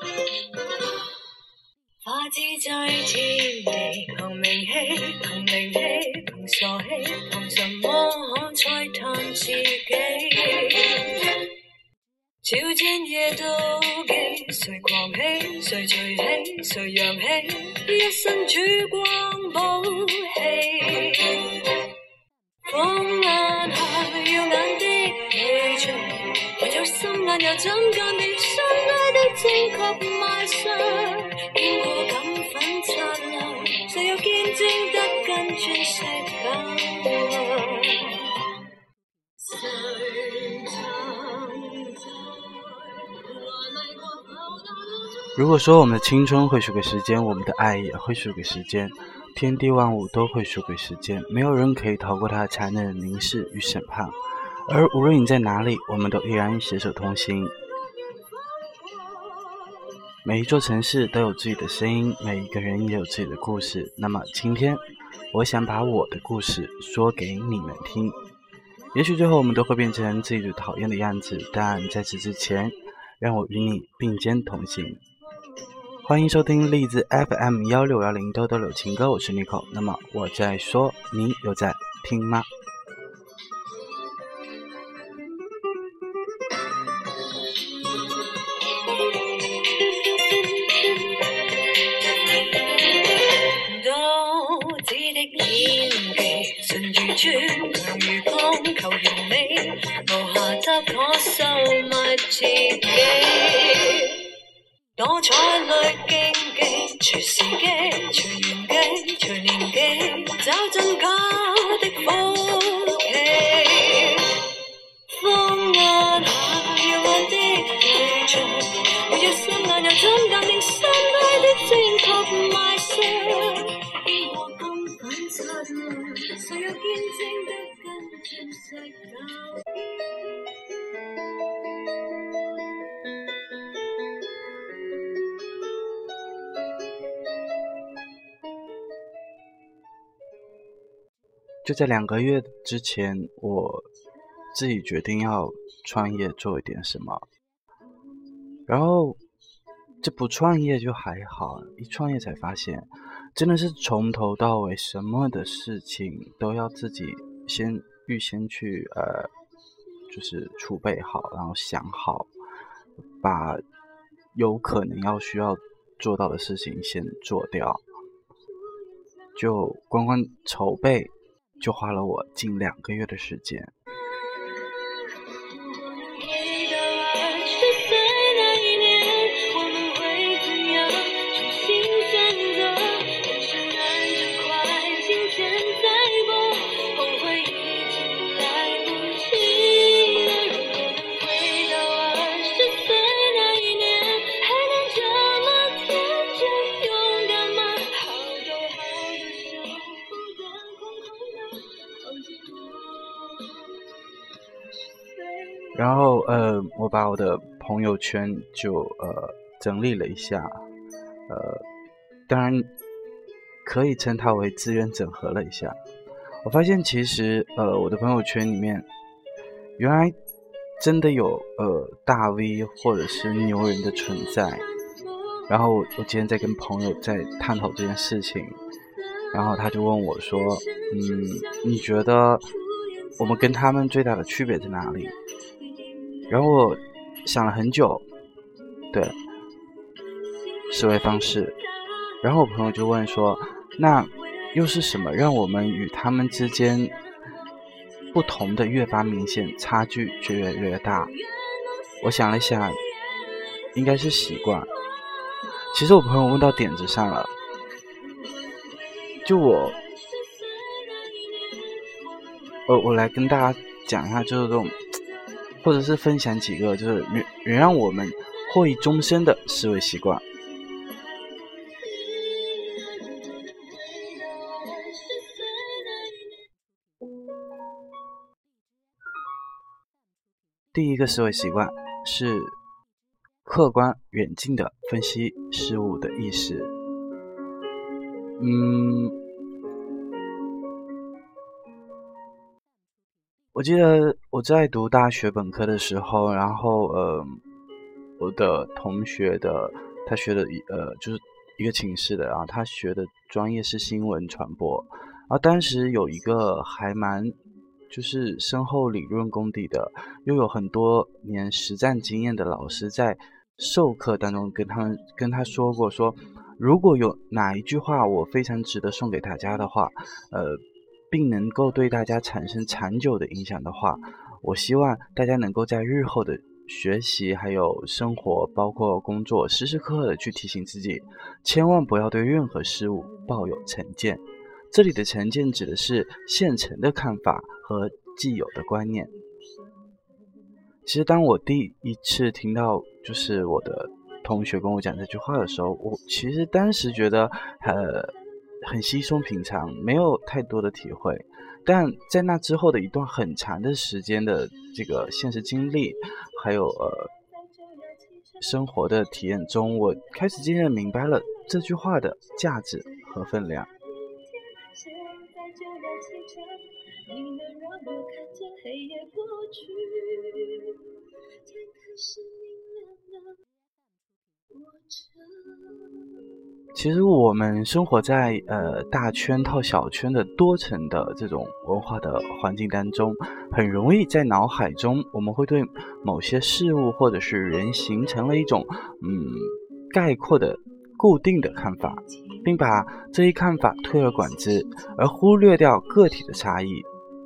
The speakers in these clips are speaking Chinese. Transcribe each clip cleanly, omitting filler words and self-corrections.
花枝在甜味，憑名氣，憑靈氣，憑傻氣，憑什麼可璀探自己？朝天夜妒忌，誰狂喜，誰隨喜，誰揚起，一身曙光寶氣。放眼下耀眼的氣象，沒有心眼又怎鑑別心內的正確賣相？見過感粉擦亮，誰又見證得跟鑽石鎬亮？ 如果说我们的青春会输给时间，我们的爱也会输给时间，天地万物都会输给时间，没有人可以逃过它的残忍的凝视与审判。而无论你在哪里，我们都依然携手同行。每一座城市都有自己的声音，每一个人也有自己的故事。那么今天我想把我的故事说给你们听，也许最后我们都会变成自己最讨厌的样子，但在此之前，让我与你并肩同行。欢迎收听荔枝 FM1610兜兜柳情歌，我是 Nico。那么我在说，你有在听吗？ 多姿的演技，純如磚，強如鋼，求完美，無瑕質可收買自己。多彩裏競技，隨時機，隨緣機，隨年紀，找真假的福氣。放眼下耀眼的氣象，沒有心眼又怎鑑定心內的正確賣相？見過金粉擦亮，誰又見證得跟鑽石鎬？ 就在2个月之前，我自己决定要创业做一点什么，然后这不创业就还好，一创业才发现真的是从头到尾什么的事情都要自己预先去就是储备好，然后想好，把有可能需要做到的事情先做掉，就光筹备就花了我近2个月的时间。然后我把我的朋友圈就整理了一下，当然可以称它为资源整合了一下。我发现其实我的朋友圈里面原来真的有大 V 或者是牛人的存在。然后我今天在跟朋友在探讨这件事情，然后他就问我说你觉得我们跟他们最大的区别在哪里？然后我想了很久，对，思维方式。然后我朋友就问说，那又是什么让我们与他们之间不同的越发明显，差距却越来越大？我想了想，应该是习惯。其实我朋友问到点子上了，就我来跟大家讲一下，就是这种或者是分享几个就是原让我们获益终身的思维习惯。第一个思维习惯是客观远近的分析事物的意识。我记得我在读大学本科的时候，然后我的同学的他学的就是一个寝室的啊，他学的专业是新闻传播，然后当时有一个还蛮就是深厚理论功底的，又有很多年实战经验的老师在授课当中跟他说过，说如果有哪一句话我非常值得送给大家的话，并能够对大家产生长久的影响的话，我希望大家能够在日后的学习还有生活包括工作时时刻刻的去提醒自己，千万不要对任何事物抱有成见。这里的成见指的是现成的看法和既有的观念。其实当我第一次听到就是我的同学跟我讲这句话的时候，我其实当时觉得很稀松平常，没有太多的体会。但在那之后的一段很长的时间的这个现实经历还有生活的体验中，我开始渐渐明白了这句话的价值和分量。其实我们生活在大圈套小圈的多层的这种文化的环境当中，很容易在脑海中我们会对某些事物或者是人形成了一种概括的固定的看法，并把这一看法推而广之，而忽略掉个体的差异。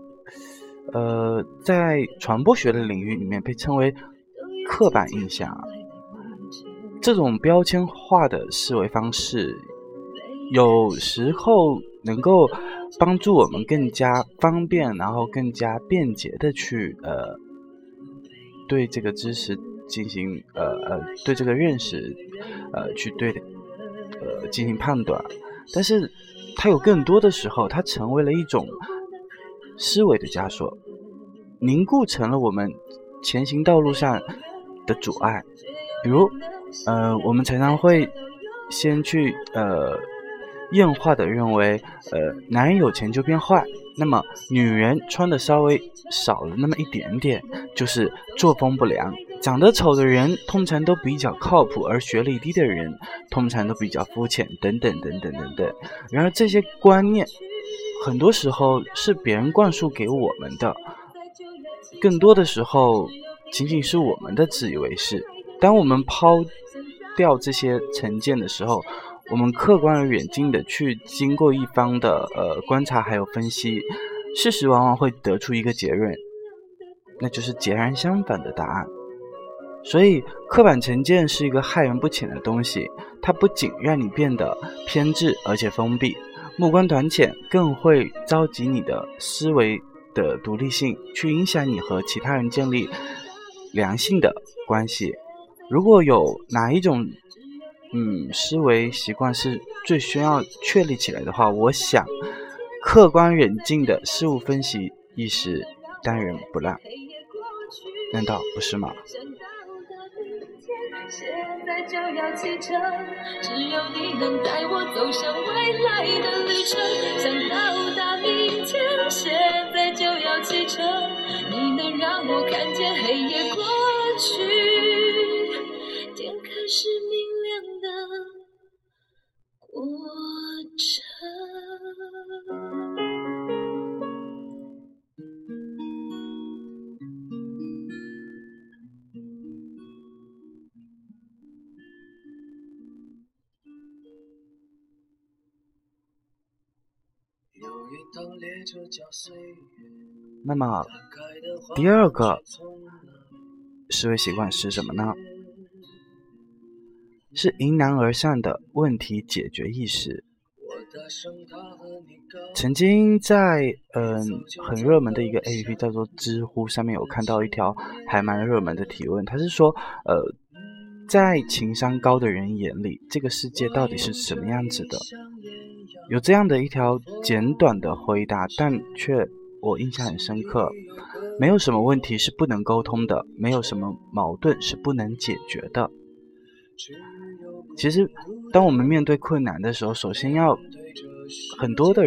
在传播学的领域里面被称为刻板印象。这种标签化的思维方式有时候能够帮助我们更加方便然后更加便捷的去对这个知识进行对这个认识去进行判断，但是它有更多的时候它成为了一种思维的枷锁，凝固成了我们前行道路上的阻碍。比如我们常常会先去厌化的认为男人有钱就变坏，那么女人穿的稍微少了那么一点点就是作风不良，长得丑的人通常都比较靠谱，而学历低的人通常都比较肤浅，等等等等等等。然而这些观念很多时候是别人灌输给我们的，更多的时候仅仅是我们的自以为是。当我们抛掉这些成见的时候，我们客观而远近的去经过一方的观察还有分析，事实往往会得出一个结论，那就是截然相反的答案。所以刻板成见是一个害人不浅的东西，它不仅让你变得偏执而且封闭，目光短浅，更会召集你的思维的独立性，去影响你和其他人建立良性的关系。如果有哪一种思维习惯是最需要确立起来的话，我想客观冷静的事物分析意识当仁不让，难道不是吗？ 现在就要启程，只有你能带我走向未来的旅程，想到达明天，现在就要启程，你能让我看见黑夜过去，天开始明亮的过程。 那么第二个思维习惯是什么呢？是迎难而上的问题解决意识。曾经在很热门的一个 APP 叫做知乎上面有看到一条还蛮热门的提问，它是说在情商高的人眼里，这个世界到底是什么样子的？有这样的一条简短的回答，但却我印象很深刻。没有什么问题是不能沟通的，没有什么矛盾是不能解决的。其实当我们面对困难的时候，首先要很多的人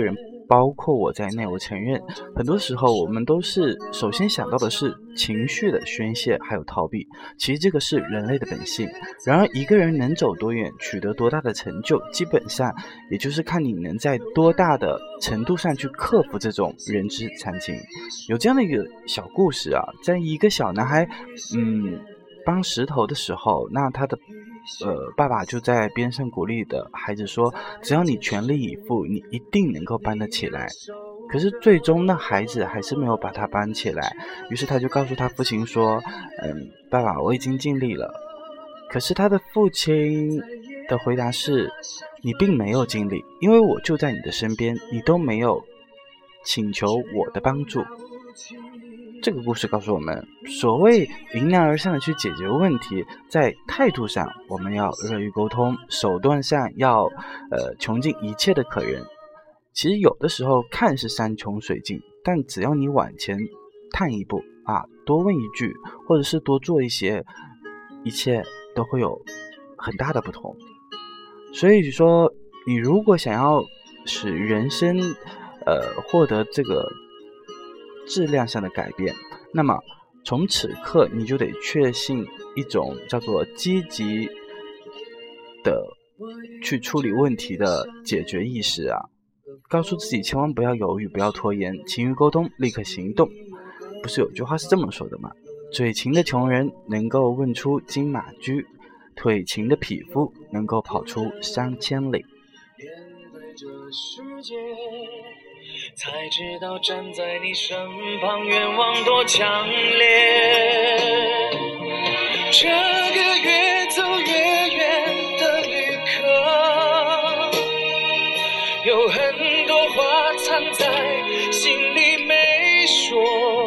包括我在内，我承认很多时候我们都是首先想到的是情绪的宣泄还有逃避，其实这个是人类的本性。然而一个人能走多远，取得多大的成就，基本上也就是看你能在多大的程度上去克服这种人之常情。有这样的一个小故事啊，在一个小男孩搬石头的时候，那他的爸爸就在边上鼓励的孩子说，只要你全力以赴，你一定能够搬得起来。可是最终那孩子还是没有把他搬起来，于是他就告诉他父亲说，爸爸，我已经尽力了。可是他的父亲的回答是，你并没有尽力，因为我就在你的身边，你都没有请求我的帮助。这个故事告诉我们，所谓迎难而上的去解决问题，在态度上我们要乐于沟通，手段上要穷尽一切的可人。其实有的时候看似山穷水尽，但只要你往前探一步啊，多问一句，或者是多做一些，一切都会有很大的不同。所以说，你如果想要使人生获得这个质量上的改变，那么从此刻你就得确信一种叫做积极的去处理问题的解决意识啊，告诉自己千万不要犹豫，不要拖延，勤于沟通，立刻行动。不是有句话是这么说的吗？嘴勤的穷人能够问出金马驹，腿勤的匹夫能够跑出3000里。 面对这世界，才知道站在你身旁愿望多强烈。这个越走越远的旅客，有很多话藏在心里没说，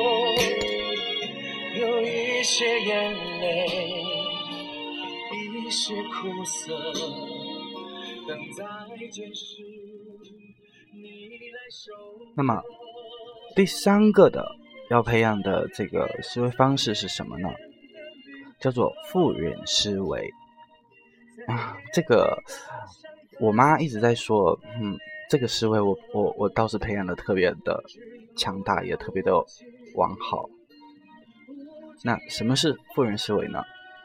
有一些眼泪，一些苦涩，等待解释。 那么第三个的要培养的这个思维方式是什么呢？叫做富人思维这个我妈一直在说，这个思维我倒是培养的特别的强大，也特别的完好。那什么是富人思维呢？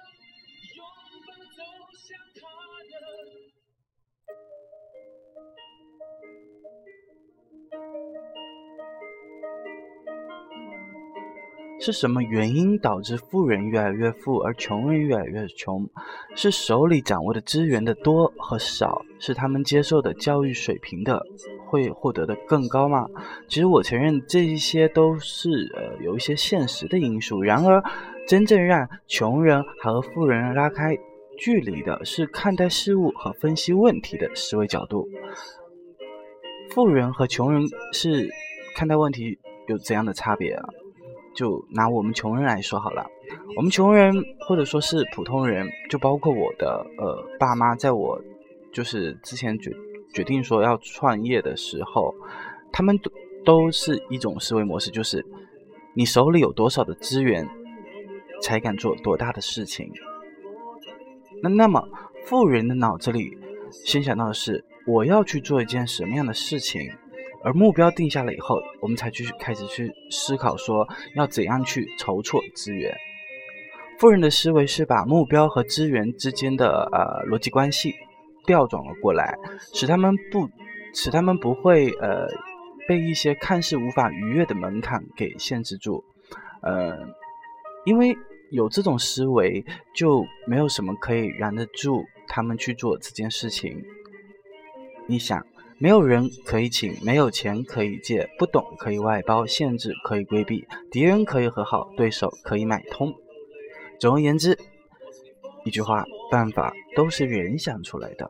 是什么原因导致富人越来越富，而穷人越来越穷？是手里掌握的资源的多和少，是他们接受的教育水平的会获得的更高吗？其实我承认这一些都是有一些现实的因素，然而真正让穷人和富人拉开距离的是看待事物和分析问题的思维角度。富人和穷人是看待问题有怎样的差别啊？就拿我们穷人来说好了，我们穷人或者说是普通人，就包括我的爸妈，在我就是之前决定说要创业的时候，他们都是一种思维模式，就是你手里有多少的资源才敢做多大的事情。那么富人的脑子里先想到的是我要去做一件什么样的事情，而目标定下了以后，我们才开始去思考说要怎样去筹措资源。富人的思维是把目标和资源之间的逻辑关系调转了过来，使他们不会被一些看似无法逾越的门槛给限制住。因为有这种思维，就没有什么可以拦得住他们去做这件事情。你想，没有人可以请，没有钱可以借，不懂可以外包，限制可以规避，敌人可以和好，对手可以买通。总而言之，一句话，办法都是人想出来的。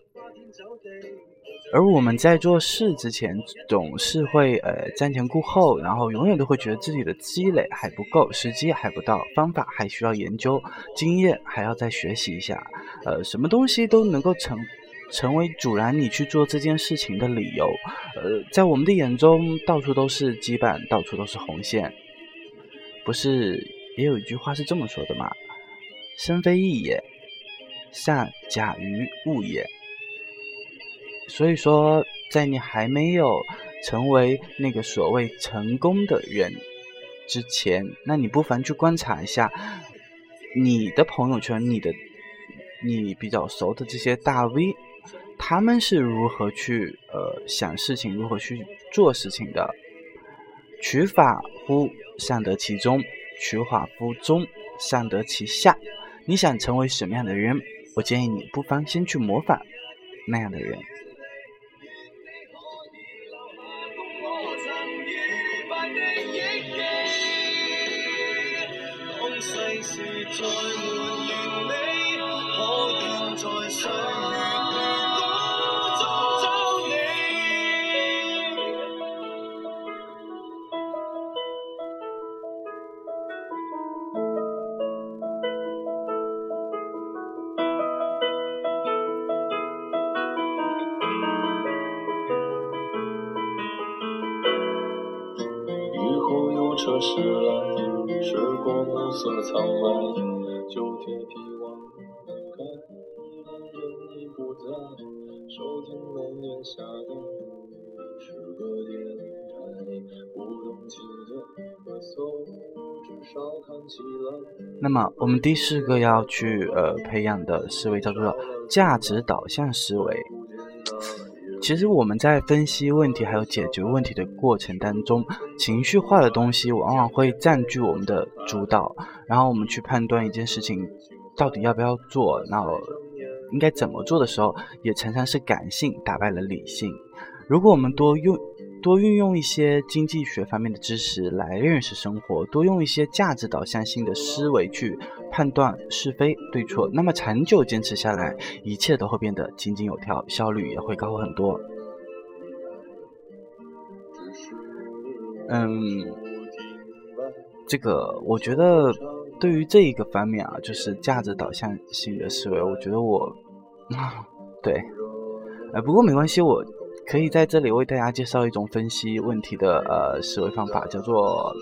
而我们在做事之前，总是会瞻前顾后，然后永远都会觉得自己的积累还不够，时机还不到，方法还需要研究，经验还要再学习一下。什么东西都能够成为阻拦你去做这件事情的理由。在我们的眼中，到处都是羁绊，到处都是红线。不是也有一句话是这么说的吗？生非异也，善假于物也。所以说，在你还没有成为那个所谓成功的人之前，那你不妨去观察一下你的朋友圈，你比较熟的这些大 V， 他们是如何去想事情，如何去做事情的。取法乎善得其中，取法乎中，善得其下。你想成为什么样的人，我建议你不妨先去模仿那样的人。 车驶来，时光暮色苍白，旧铁皮往开，人已不在，收听那年下的是个电台，不动情的歌颂，至少看起来。 那么我们第4个要去培养的思维叫做价值导向思维。其实我们在分析问题还有解决问题的过程当中，情绪化的东西往往会占据我们的主导，然后我们去判断一件事情到底要不要做，那应该怎么做的时候，也常常是感性打败了理性。如果我们多运用一些经济学方面的知识来认识生活，多用一些价值导向性的思维去判断是非对错，那么长久坚持下来，一切都会变得井井有条，效率也会高很多。这个我觉得对于这一个方面啊，就是价值导向性的思维，我觉得我对不过没关系，我可以在这里为大家介绍一种分析问题的思维方法，叫做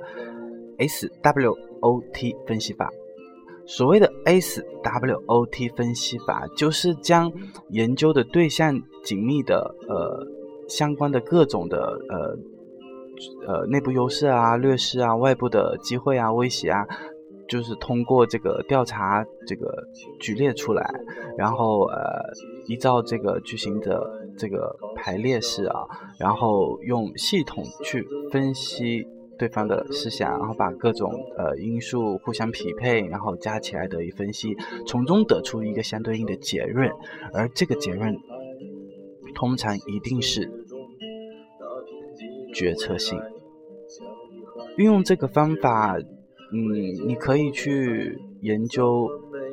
SWOT 分析法。所谓的 SWOT 分析法，就是将研究的对象紧密的相关的各种的内部优势啊、劣势啊、外部的机会啊、威胁啊，就是通过这个调查这个举列出来，然后依照这个句型的这个排列式啊，然后用系统去分析对方的思想，然后把各种因素互相匹配，然后加起来的一分析，从中得出一个相对应的结论，而这个结论通常一定是决策性。运用这个方法，你可以去研究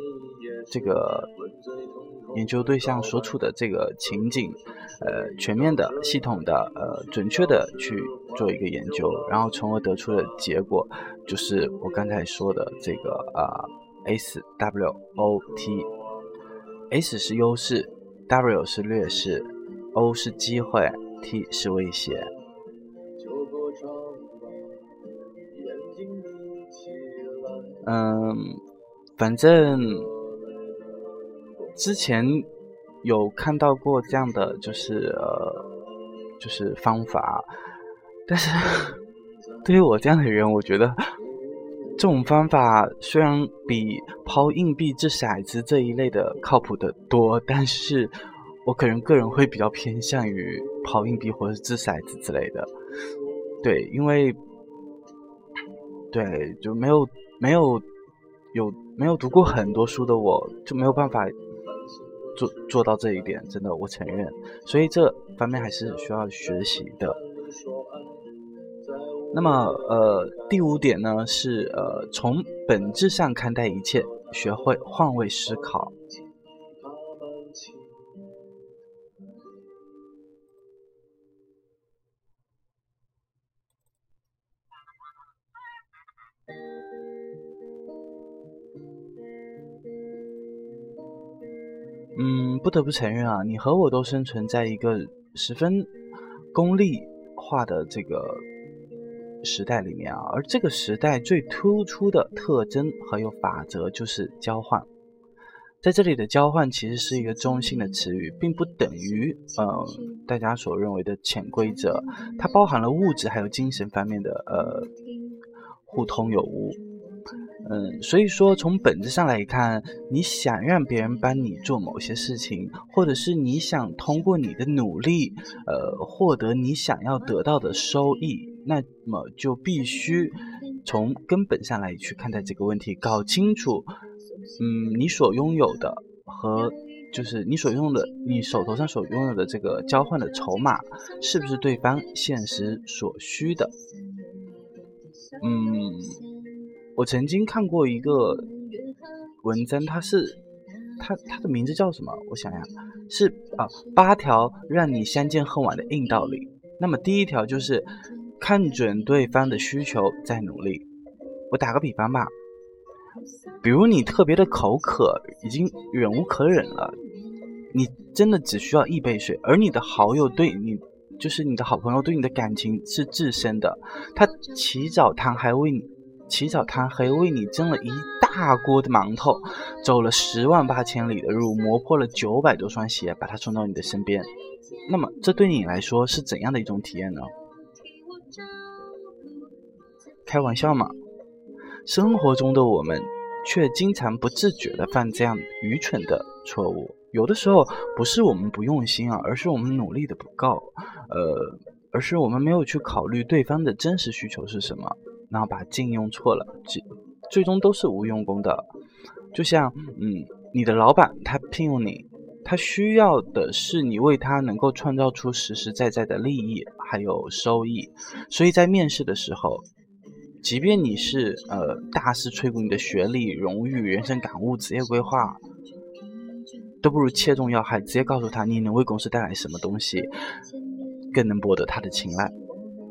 对象所处的这个情景，全面的、系统的、准确的去做一个研究，然后从而得出的结果就是我刚才说的这个SWOT。S 是优势， W 是劣势， O 是机会， T 是威胁。反正之前有看到过这样的就是方法，但是对于我这样的人，我觉得这种方法虽然比抛硬币掷骰子这一类的靠谱的多，但是我个人会比较偏向于抛硬币或者是掷骰子之类的。对，因为对就没有读过很多书的我，就没有办法做到这一点，真的我承认，所以这方面还是需要学习的。那么第5点呢是从本质上看待一切，学会换位思考。不得不承认啊，你和我都生存在一个十分功利化的这个时代里面啊，而这个时代最突出的特征和有法则就是交换。 在这里的交换其实是一个中性的词语，并不等于大家所认为的潜规则，它包含了物质还有精神方面的互通有无。所以说从本质上来看，你想让别人帮你做某些事情，或者是你想通过你的努力获得你想要得到的收益，那么就必须从根本上来去看待这个问题，搞清楚你所拥有的和就是你手头上所拥有的这个交换的筹码是不是对方现实所需的。我曾经看过一个文章，它的名字叫什么？我想想，是8条让你相见恨晚的硬道理。那么第一条就是看准对方的需求再努力。我打个比方吧，比如你特别的口渴，已经忍无可忍了，你真的只需要1杯水，而你的好友对你，就是你的好朋友对你的感情是至深的，他起早贪黑为你蒸了一大锅的馒头，走了10万8千里的路，磨破了900多双鞋，把它送到你的身边。那么这对你来说是怎样的一种体验呢？开玩笑嘛，生活中的我们却经常不自觉地犯这样愚蠢的错误。有的时候不是我们不用心而是我们努力的不够，而是我们没有去考虑对方的真实需求是什么，然后把劲用错了，最终都是无用功的。就像你的老板他聘用你，他需要的是你为他能够创造出实实在在的利益还有收益，所以在面试的时候，即便你是大肆吹鼓你的学历、荣誉、人生感悟、职业规划，都不如切中要害，直接告诉他你能为公司带来什么东西，更能博得他的青睐。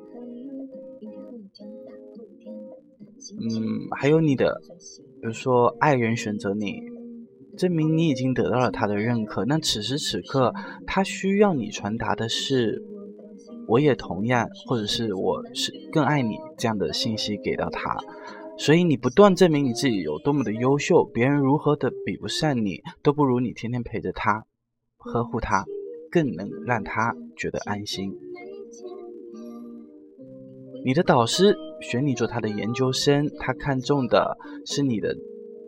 还有你的，比如说爱人选择你，证明你已经得到了他的认可，那此时此刻他需要你传达的是我也同样，或者是我是更爱你这样的信息给到他。所以你不断证明你自己有多么的优秀，别人如何的比不上你，都不如你天天陪着他，呵护他，更能让他觉得安心。你的导师选你做他的研究生，他看重的是你的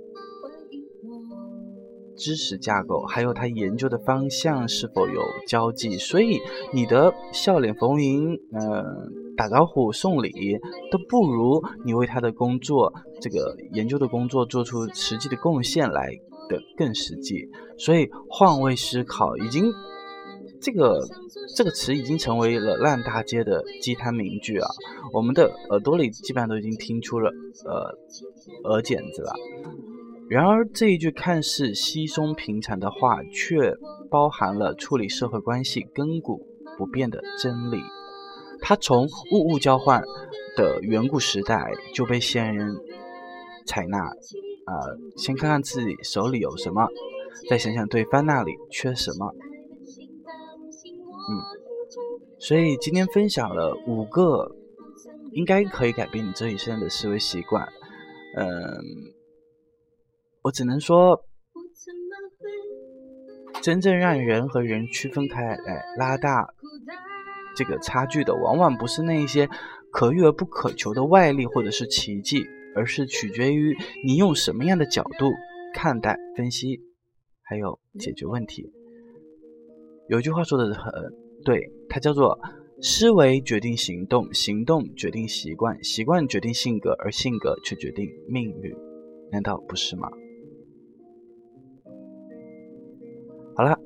知识架构，还有他研究的方向是否有交际，所以你的笑脸逢迎打招呼送礼都不如你为他的工作，这个研究的工作做出实际的贡献来的更实际。所以换位思考已经这个词已经成为了烂大街的鸡汤名句啊，我们的耳朵里基本上都已经听出了耳茧子了。然而这一句看似稀松平常的话，却包含了处理社会关系亘古不变的真理。它从物物交换的远古时代就被先人采纳，先看看自己手里有什么，再想想对方那里缺什么。所以今天分享了5个应该可以改变你这一生的思维习惯。我只能说，真正让人和人区分开来，拉大这个差距的，往往不是那些可遇而不可求的外力或者是奇迹，而是取决于你用什么样的角度看待、分析，还有解决问题。有一句话说的很对，它叫做思维决定行动，行动决定习惯，习惯决定性格，而性格却决定命运，难道不是吗？好了，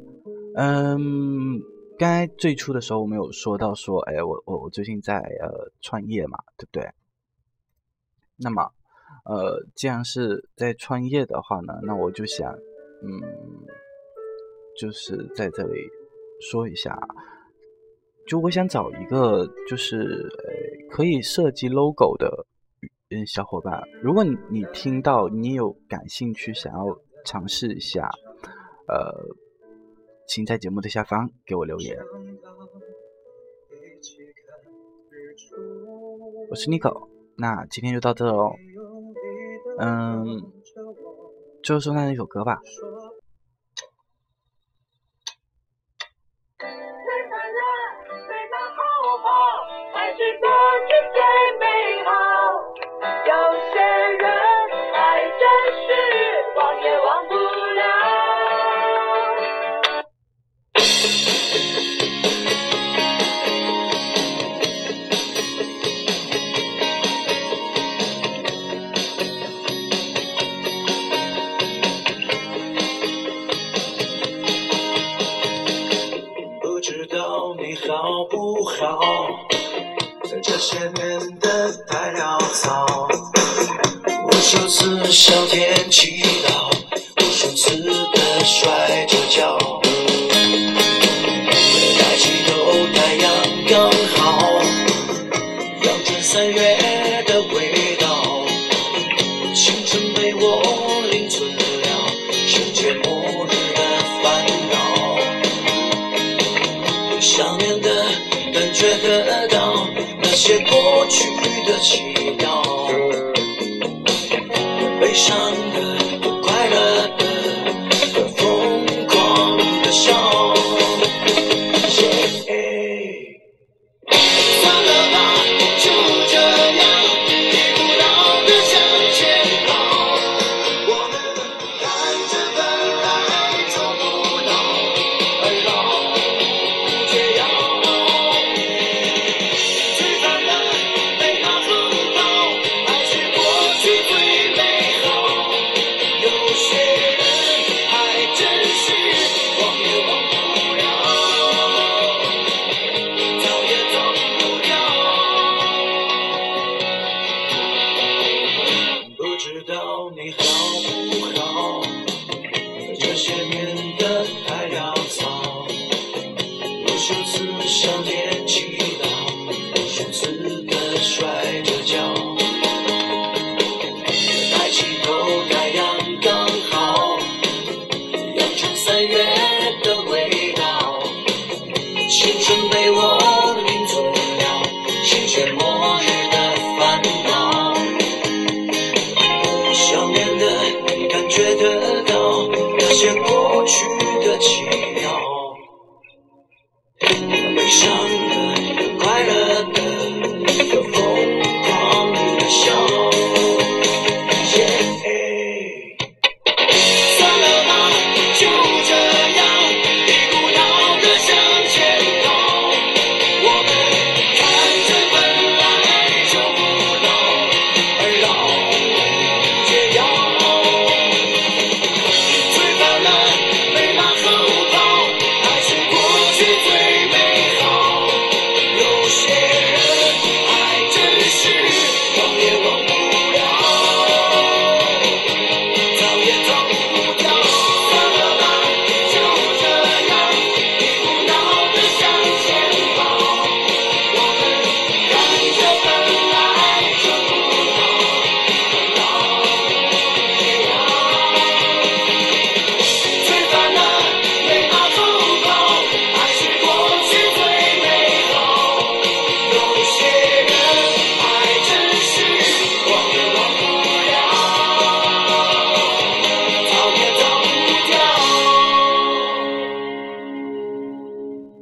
刚才最初的时候我们有说到说，我最近在创业嘛，对不对？那么既然是在创业的话呢，那我就想就是在这里说一下，就我想找一个就是可以设计 logo 的小伙伴，如果你听到你有感兴趣想要尝试一下，请在节目的下方给我留言。我是 Nico， 那今天就到这哦。最后送上一首歌吧， 好不好？在这些年的太潦草，无数次向天祈祷，无数次的摔着跤，抬起头太阳刚好，阳春3月的味道，青春被我淋醉了，世界末日的烦恼，想念的感觉得到，那些过去的祈祷，悲伤的快乐的疯狂的笑，算了吧，就这样一步到的向前跑，我们看着本来做不到，而老却要最烦的被他碰到，还是过去最美好，有些人还真是忘也忘不了，走也走不掉，不知道你好不好，在这些年的太潦草，无数次向天祈祷，无数次的摔着跤，抬起头太阳刚好，阳春3月的味道，青春被我淋醉了，世界末日的烦恼，想念的感觉得到，那些过去的祈祷，悲伤